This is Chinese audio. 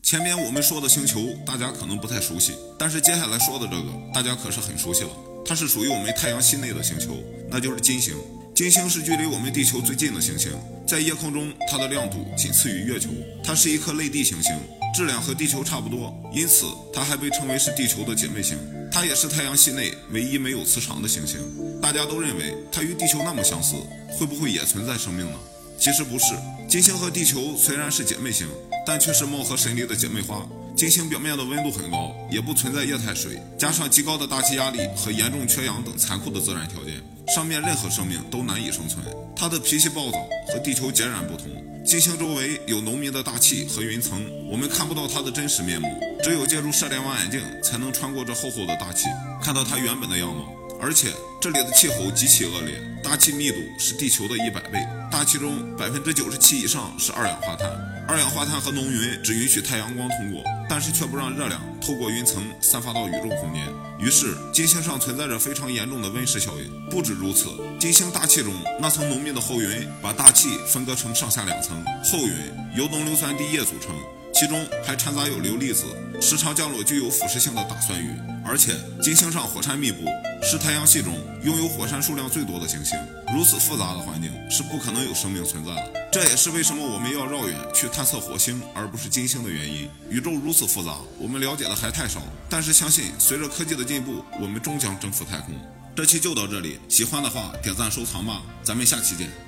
前面我们说的星球，大家可能不太熟悉，但是接下来说的这个，大家可是很熟悉了。它是属于我们太阳系内的星球，那就是金星。金星是距离我们地球最近的行星，在夜空中，它的亮度仅次于月球。它是一颗类地行星，质量和地球差不多，因此它还被称为是地球的姐妹星。它也是太阳系内唯一没有磁场的行星。大家都认为它与地球那么相似，会不会也存在生命呢？其实不是，金星和地球虽然是姐妹星，但却是貌合神离的姐妹花。金星表面的温度很高，也不存在液态水，加上极高的大气压力和严重缺氧等残酷的自然条件，上面任何生命都难以生存。它的脾气暴躁，和地球截然不同。金星周围有浓密的大气和云层，我们看不到它的真实面目，只有借助射电望远镜才能穿过这厚厚的大气，看到它原本的样貌。而且这里的气候极其恶劣，大气密度是地球的100倍，大气中97%以上是二氧化碳。二氧化碳和浓云只允许太阳光通过，但是却不让热量透过云层散发到宇宙空间。于是金星上存在着非常严重的温室效应。不止如此，金星大气中那层浓密的厚云把大气分割成上下两层，厚云由浓硫酸滴液组成，其中还掺杂有硫离子，时常降落具有腐蚀性的大酸雨。而且金星上火山密布，是太阳系中拥有火山数量最多的行星。如此复杂的环境是不可能有生命存在的，这也是为什么我们要绕远去探测火星而不是金星的原因。宇宙如此复杂，我们了解的还太少，但是相信随着科技的进步，我们终将征服太空。这期就到这里，喜欢的话点赞收藏吧，咱们下期见。